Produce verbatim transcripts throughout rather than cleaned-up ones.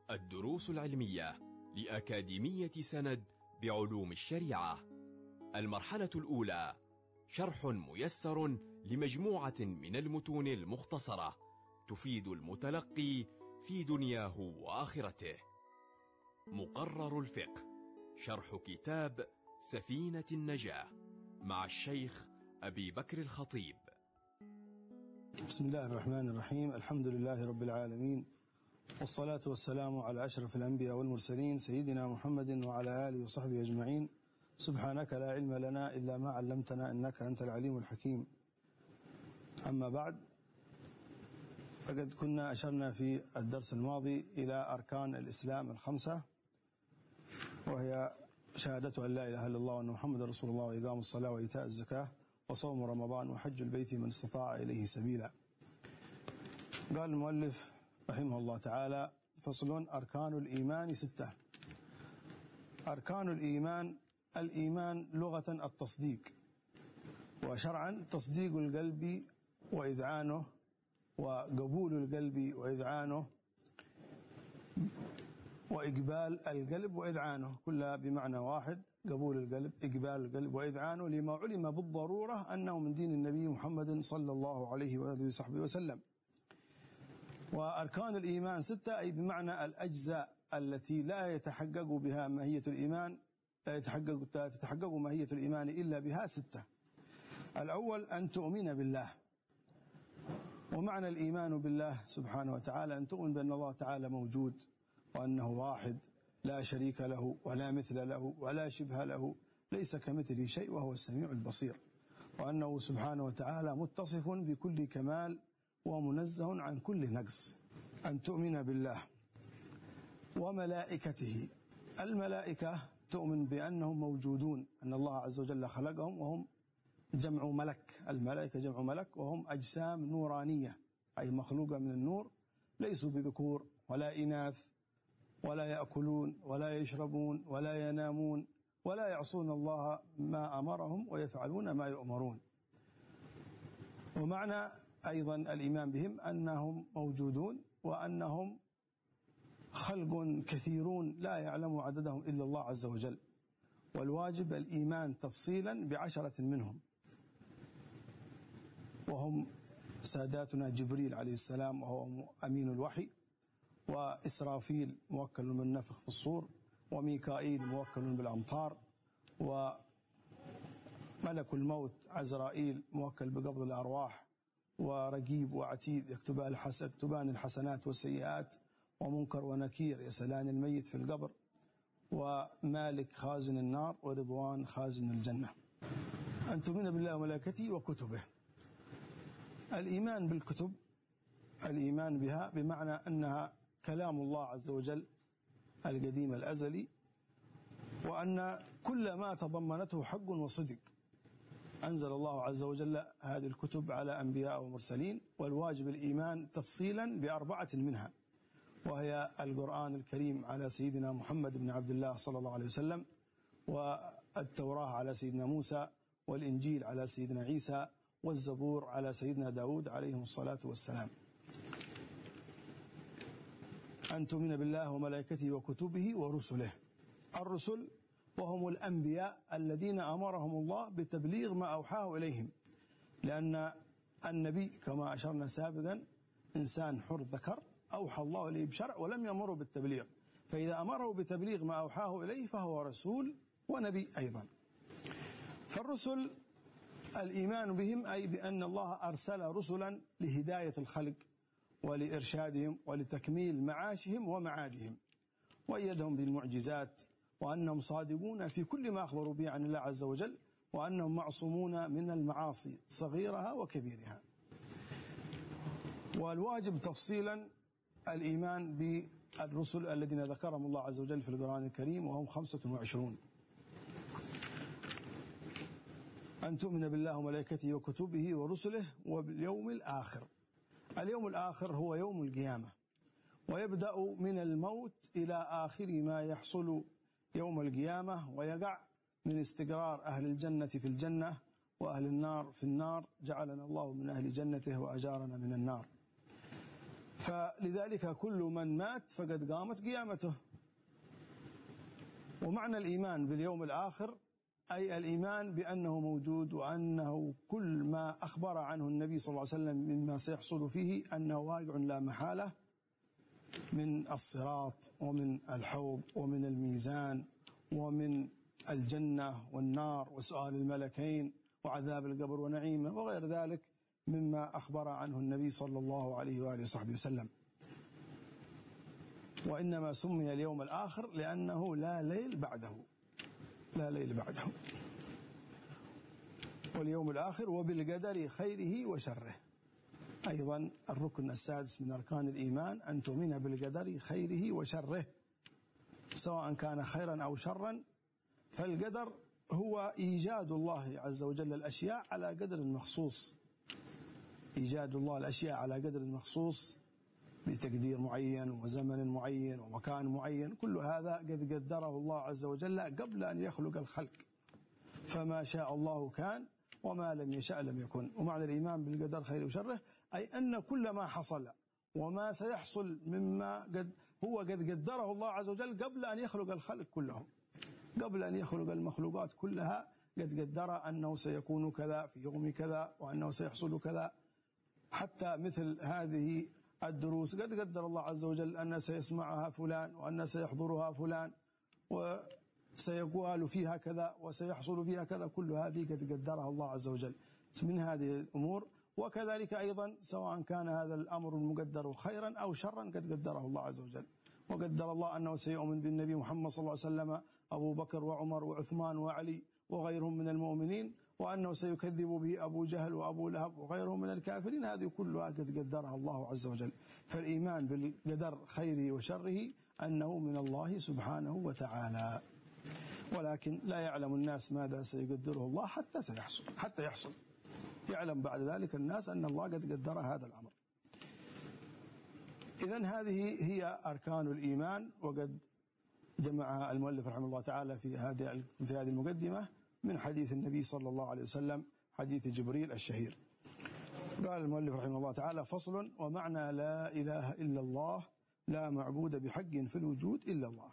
الدروس العلمية لأكاديمية سند بعلوم الشريعة. المرحلة الأولى: شرح ميسر لمجموعة من المتون المختصرة تفيد المتلقي في دنياه وآخرته. مقرر الفقه، شرح كتاب سفينة النجاة مع الشيخ أبي بكر الخطيب. بسم الله الرحمن الرحيم. الحمد لله رب العالمين، والصلاة والسلام على أشرف الأنبياء والمرسلين سيدنا محمد وعلى آله وصحبه أجمعين. سبحانك لا علم لنا إلا ما علمتنا إنك أنت العليم الحكيم. أما بعد، فقد كنا أشرنا في الدرس الماضي إلى أركان الإسلام الخمسة، وهي شهادة أن لا إله إلا الله وأن محمد رسول الله وإقام الصلاة وإيتاء الزكاة وصوم رمضان وحج البيت من استطاع إليه سبيلا. قال المؤلف رحمه الله تعالى: فصل: أركان الإيمان ستة. أركان الإيمان: الإيمان لغة التصديق، وشرعا تصديق القلب وإذعانه، وقبول القلب وإذعانه، وإقبال القلب وإذعانه، كلها بمعنى واحد: قبول القلب، إقبال القلب، وإذعانه، لما علم بالضرورة أنه من دين النبي محمد صلى الله عليه وآله وصحبه وسلم. وأركان الإيمان ستة، أي بمعنى الأجزاء التي لا يتحقق بها ماهية الإيمان، لا يتحقق تتحقق ماهية الإيمان إلا بها ستة. الأول أن تؤمن بالله، ومعنى الإيمان بالله سبحانه وتعالى أن تؤمن بأن الله تعالى موجود، وأنه واحد لا شريك له ولا مثل له ولا شبه له، ليس كمثله شيء وهو السميع البصير، وأنه سبحانه وتعالى متصف بكل كمال ومنزه عن كل نقص. أن تؤمن بالله وملائكته. الملائكة تؤمن بأنهم موجودون، أن الله عز وجل خلقهم، وهم جمع ملك. الملائكة جمع ملك، وهم أجسام نورانية، أي مخلوقة من النور، ليسوا بذكور ولا إناث، ولا يأكلون ولا يشربون ولا ينامون ولا يعصون الله ما أمرهم ويفعلون ما يؤمرون. ومعنى أيضا الإيمان بهم أنهم موجودون، وأنهم خلق كثيرون لا يعلم عددهم إلا الله عز وجل، والواجب الإيمان تفصيلا بعشرة منهم، وهم ساداتنا جبريل عليه السلام وهو أمين الوحي، وإسرافيل موكل بالنفخ في الصور، وميكائيل موكل بالأمطار، وملك الموت عزرائيل موكل بقبض الأرواح، ورقيب وعتيد يكتبان يكتبان الحسنات والسيئات، ومنكر ونكير يسألان الميت في القبر، ومالك خازن النار، ورضوان خازن الجنة. أن تؤمن بالله وملائكته وكتبه. الإيمان بالكتب، الإيمان بها بمعنى أنها كلام الله عز وجل القديم الأزلي، وأن كل ما تضمنته حق وصدق. أنزل الله عز وجل هذه الكتب على أنبياء ومرسلين، والواجب الإيمان تفصيلا بأربعة منها، وهي القرآن الكريم على سيدنا محمد بن عبد الله صلى الله عليه وسلم، والتوراة على سيدنا موسى، والإنجيل على سيدنا عيسى، والزبور على سيدنا داود عليهم الصلاة والسلام. أن تؤمن بالله وملائكته وكتبه ورسله. الرسل وهم الأنبياء الذين أمرهم الله بتبليغ ما أوحاه إليهم، لأن النبي كما أشرنا سابقا إنسان حر ذكر أوحى الله إليه بشرع ولم يأمره بالتبليغ، فإذا أمره بتبليغ ما أوحاه إليه فهو رسول ونبي أيضا. فالرسل الإيمان بهم أي بأن الله أرسل رسلا لهداية الخلق ولإرشادهم ولتكميل معاشهم ومعادهم، وأيدهم بالمعجزات، وأنهم صادقون في كل ما أخبروا به عن الله عز وجل، وأنهم معصومون من المعاصي صغيرها وكبيرها. والواجب تفصيلا الإيمان بالرسل الذين ذكرهم الله عز وجل في القرآن الكريم، وهم خمسة وعشرون. أن تؤمن بالله وملائكته وكتبه ورسله وباليوم الآخر. اليوم الآخر هو يوم القيامة، ويبدأ من الموت إلى آخر ما يحصل يوم القيامة، ويقع من استقرار أهل الجنة في الجنة وأهل النار في النار، جعلنا الله من أهل جنته وأجارنا من النار. فلذلك كل من مات فقد قامت قيامته. ومعنى الإيمان باليوم الآخر أي الإيمان بأنه موجود، وأنه كل ما أخبر عنه النبي صلى الله عليه وسلم مما سيحصل فيه أنه واقع لا محالة، من الصراط ومن الحوض ومن الميزان ومن الجنة والنار وسؤال الملكين وعذاب القبر ونعيمه وغير ذلك مما أخبر عنه النبي صلى الله عليه وآله وصحبه وسلم. وإنما سمي اليوم الآخر لأنه لا ليل بعده، لا ليل بعده. واليوم الآخر وبالقدر خيره وشره، أيضا الركن السادس من أركان الإيمان أن تؤمن بالقدر خيره وشره، سواء كان خيرا أو شرا. فالقدر هو إيجاد الله عز وجل الأشياء على قدر مخصوص، إيجاد الله الأشياء على قدر مخصوص بتقدير معين وزمن معين ومكان معين، كل هذا قد قدره الله عز وجل قبل أن يخلق الخلق، فما شاء الله كان وما لم يشاء لم يكن. ومعنى الإيمان بالقدر خير وشره أي أن كل ما حصل وما سيحصل مما قد هو قد قدره الله عز وجل قبل أن يخلق الخلق كلهم، قبل أن يخلق المخلوقات كلها قد قدر أنه سيكون كذا في يوم كذا وأنه سيحصل كذا. حتى مثل هذه الدروس قد قدر الله عز وجل أن سيسمعها فلان وأن سيحضرها فلان وسيقال فيها كذا وسيحصل فيها كذا، كل هذه قد قدرها الله عز وجل من هذه الأمور. وكذلك أيضا سواء كان هذا الأمر المقدر خيرا أو شرا قد قدره الله عز وجل. وقدر الله أنه سيؤمن بالنبي محمد صلى الله عليه وسلم أبو بكر وعمر وعثمان وعلي وغيرهم من المؤمنين، وأنه سيكذب به أبو جهل وأبو لهب وغيرهم من الكافرين، هذه كلها قد قدرها الله عز وجل. فالإيمان بالقدر خيره وشره أنه من الله سبحانه وتعالى، ولكن لا يعلم الناس ماذا سيقدره الله حتى سيحصل، حتى يحصل يعلم بعد ذلك الناس أن الله قد قدر هذا الأمر. إذن هذه هي أركان الإيمان، وقد جمعها المؤلف رحمه الله تعالى في هذه في هذه المقدمة من حديث النبي صلى الله عليه وسلم، حديث جبريل الشهير. قال المؤلف رحمه الله تعالى: فصل: ومعنى لا إله إلا الله لا معبود بحق في الوجود إلا الله.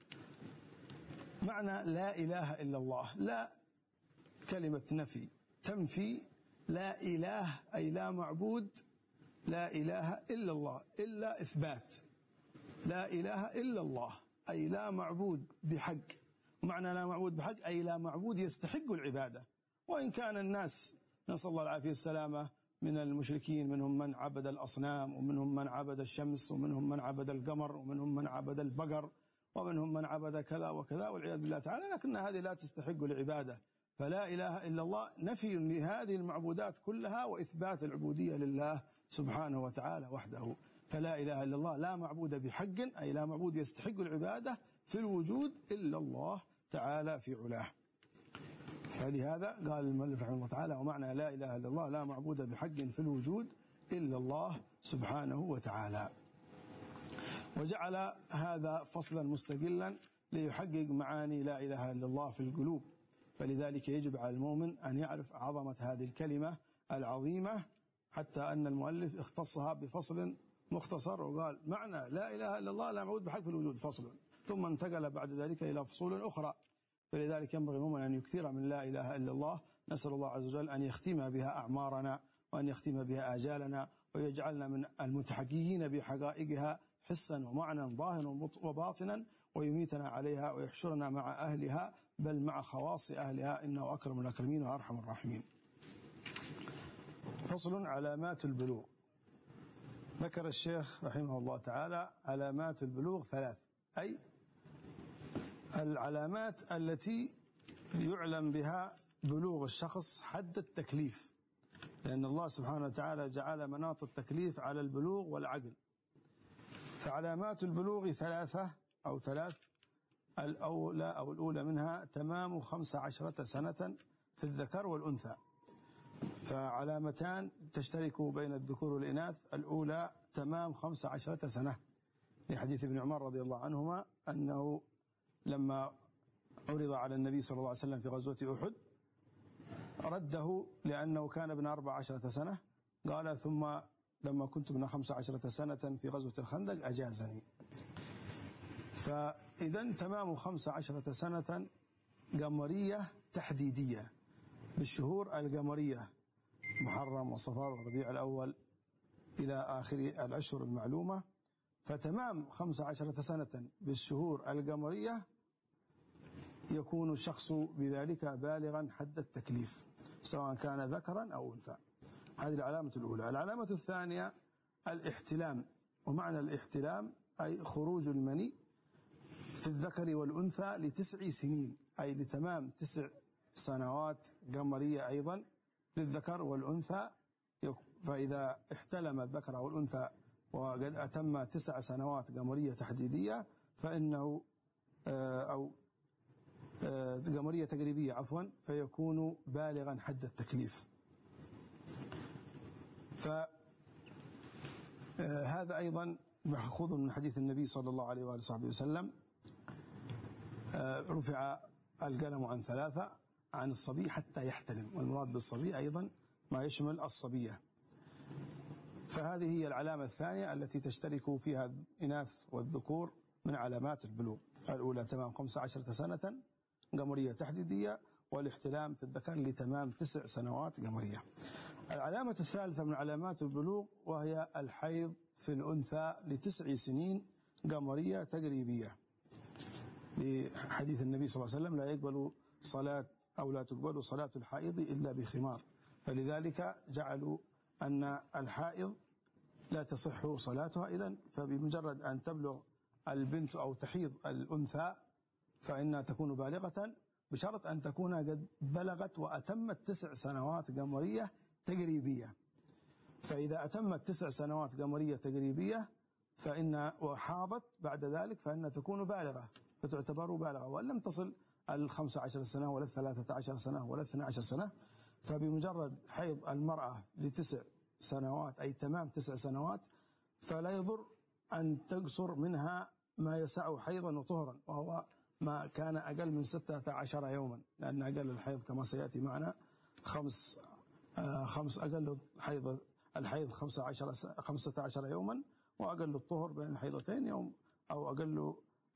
معنى لا إله إلا الله، لا كلمة نفي تنفي لا إله أي لا معبود، لا إله إلا الله، إلا إثبات. لا إله إلا الله أي لا معبود بحق، ومعنى لا معبود بحق أي لا معبود يستحق العبادة. وإن كان الناس نسأل الله العافية والسلامة من المشركين منهم من عبد الأصنام، ومنهم من عبد الشمس، ومنهم من عبد القمر، ومنهم من عبد البقر، ومنهم من عبد كذا وكذا والعياذ بالله تعالى، لكن هذه لا تستحق العبادة. فلا إله إلا الله نفي لهذه المعبودات كلها وإثبات العبودية لله سبحانه وتعالى وحده. فلا إله إلا الله لا معبود بحق أي لا معبود يستحق العبادة في الوجود إلا الله تعالى في علاه. فلهذا قال المؤلف رحمه الله تعالى: ومعنى لا إله إلا الله لا معبود بحق في الوجود إلا الله سبحانه وتعالى. وجعل هذا فصلا مستقلا ليحقق معاني لا إله إلا الله في القلوب. فلذلك يجب على المؤمن أن يعرف عظمة هذه الكلمة العظيمة، حتى أن المؤلف اختصها بفصل مختصر وقال: معنى لا إله إلا الله لا معبود بحق في الوجود فصل، ثم انتقل بعد ذلك إلى فصول أخرى. فلذلك ينبغي المؤمن أن يكثر من لا إله إلا الله. نسأل الله عز وجل أن يختم بها أعمارنا، وأن يختم بها آجالنا، ويجعلنا من المتحققين بحقائقها حسا ومعنى ظاهرا وباطنا، ويميتنا عليها ويحشرنا مع أهلها بل مع خواص أهلها، إنه أكرم الأكرمين وأرحم الراحمين. فصل: علامات البلوغ. ذكر الشيخ رحمه الله تعالى علامات البلوغ ثلاث، أي العلامات التي يعلم بها بلوغ الشخص حد التكليف، لأن الله سبحانه وتعالى جعل مناط التكليف على البلوغ والعقل. فعلامات البلوغ ثلاثة أو ثلاث. الأولى أو الأولى منها تمام خمس عشرة سنة في الذكر والأنثى. فعلامتان تشترك بين الذكور والإناث. الأولى تمام خمس عشرة سنة، لحديث ابن عمر رضي الله عنهما أنه لما عرض على النبي صلى الله عليه وسلم في غزوة أحد رده لأنه كان ابن أربع عشرة سنة. قال: ثم لما كنت ابن خمس عشرة سنة في غزوة الخندق أجازني. فإذا تمام خمس عشرة سنة قمرية تحديدية بالشهور القمرية، محرم وصفر وربيع الأول إلى آخر الأشهر المعلومة. فتمام خمس عشرة سنة بالشهور القمرية يكون الشخص بذلك بالغا حد التكليف، سواء كان ذكرا أو أنثى. هذه العلامة الأولى. العلامة الثانية الاحتلام، ومعنى الاحتلام أي خروج المني في الذكر والأنثى لتسع سنين، أي لتمام تسع سنوات قمرية أيضا للذكر والأنثى. فإذا احتلم الذكر أو الأنثى وقد أتم تسع سنوات قمرية تحديدية فإنه أو قمرية تقريبية عفوا فيكون بالغا حد التكليف. فهذا أيضا مأخوذ من حديث النبي صلى الله عليه وآله وصحبه وسلم: رفع القلم عن ثلاثة، عن الصبي حتى يحتلم، والمراد بالصبي أيضا ما يشمل الصبية. فهذه هي العلامة الثانية التي تشترك فيها الإناث والذكور من علامات البلوغ. الأولى تمام خمس عشرة سنة قمرية تحديدية، والاحتلام في الذكر لتمام تسع سنوات قمرية. العلامة الثالثة من علامات البلوغ وهي الحيض في الأنثى لتسع سنين قمرية تقريبية، لحديث النبي صلى الله عليه وسلم: لا يقبل صلاة أو لا تقبل صلاة الحائض إلا بخمار. فلذلك جعلوا أن الحائض لا تصح صلاتها. إذن فبمجرد أن تبلغ البنت أو تحيض الأنثى فإنها تكون بالغة، بشرط أن تكون قد بلغت وأتمت تسع سنوات قمرية تقريبية. فإذا أتمت تسع سنوات قمرية تقريبية فإن وحاضت بعد ذلك فإنها تكون بالغة، فتعتبر بالغة. وإن لم تصل الخمس عشر سنة ولا الثلاثة عشر سنة ولا الاثنى عشر سنة، فبمجرد حيض المرأة لتسع سنوات أي تمام تسع سنوات فلا يضر أن تقصر منها ما يسع حيضا وطهرا، وهو ما كان أقل من ستة عشر يوما، لأن أقل الحيض كما سيأتي معنا خمس آه خمس أقل حيض الحيض خمسة عشر خمسة عشر يوما، وأقل الطهر بين الحيضتين يوم، أو أقل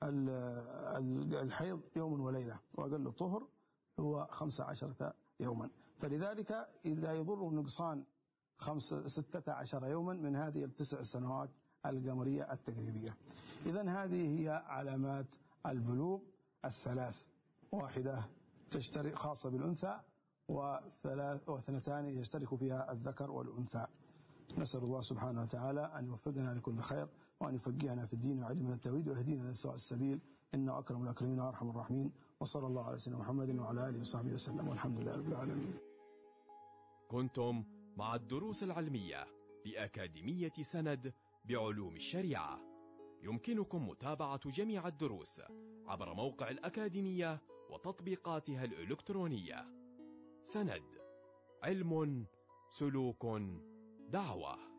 الحيض يوم وليلة، وأقل الطهر هو خمسة عشرة يوما. فلذلك لا يضر نقصان خمس ستة عشر يوما من هذه التسع سنوات القمرية التقريبية. إذن هذه هي علامات البلوغ الثلاث، واحدة تشترك خاصة بالأنثى، وثلاث واثنتان يشترك فيها الذكر والأنثى. نسأل الله سبحانه وتعالى أن يوفقنا لكل خير، وأن يفقهنا في الدين ويعلمنا التوحيد ويهدينا لسواء السبيل، إنه أكرم الأكرمين وأرحم الراحمين. وصلى الله على سيدنا محمد وعلى آله وصحبه وسلم، والحمد لله رب العالمين. كنتم مع الدروس العلمية لأكاديمية سند بعلوم الشريعة. يمكنكم متابعة جميع الدروس عبر موقع الأكاديمية وتطبيقاتها الإلكترونية. سند، علم، سلوك، دعوة.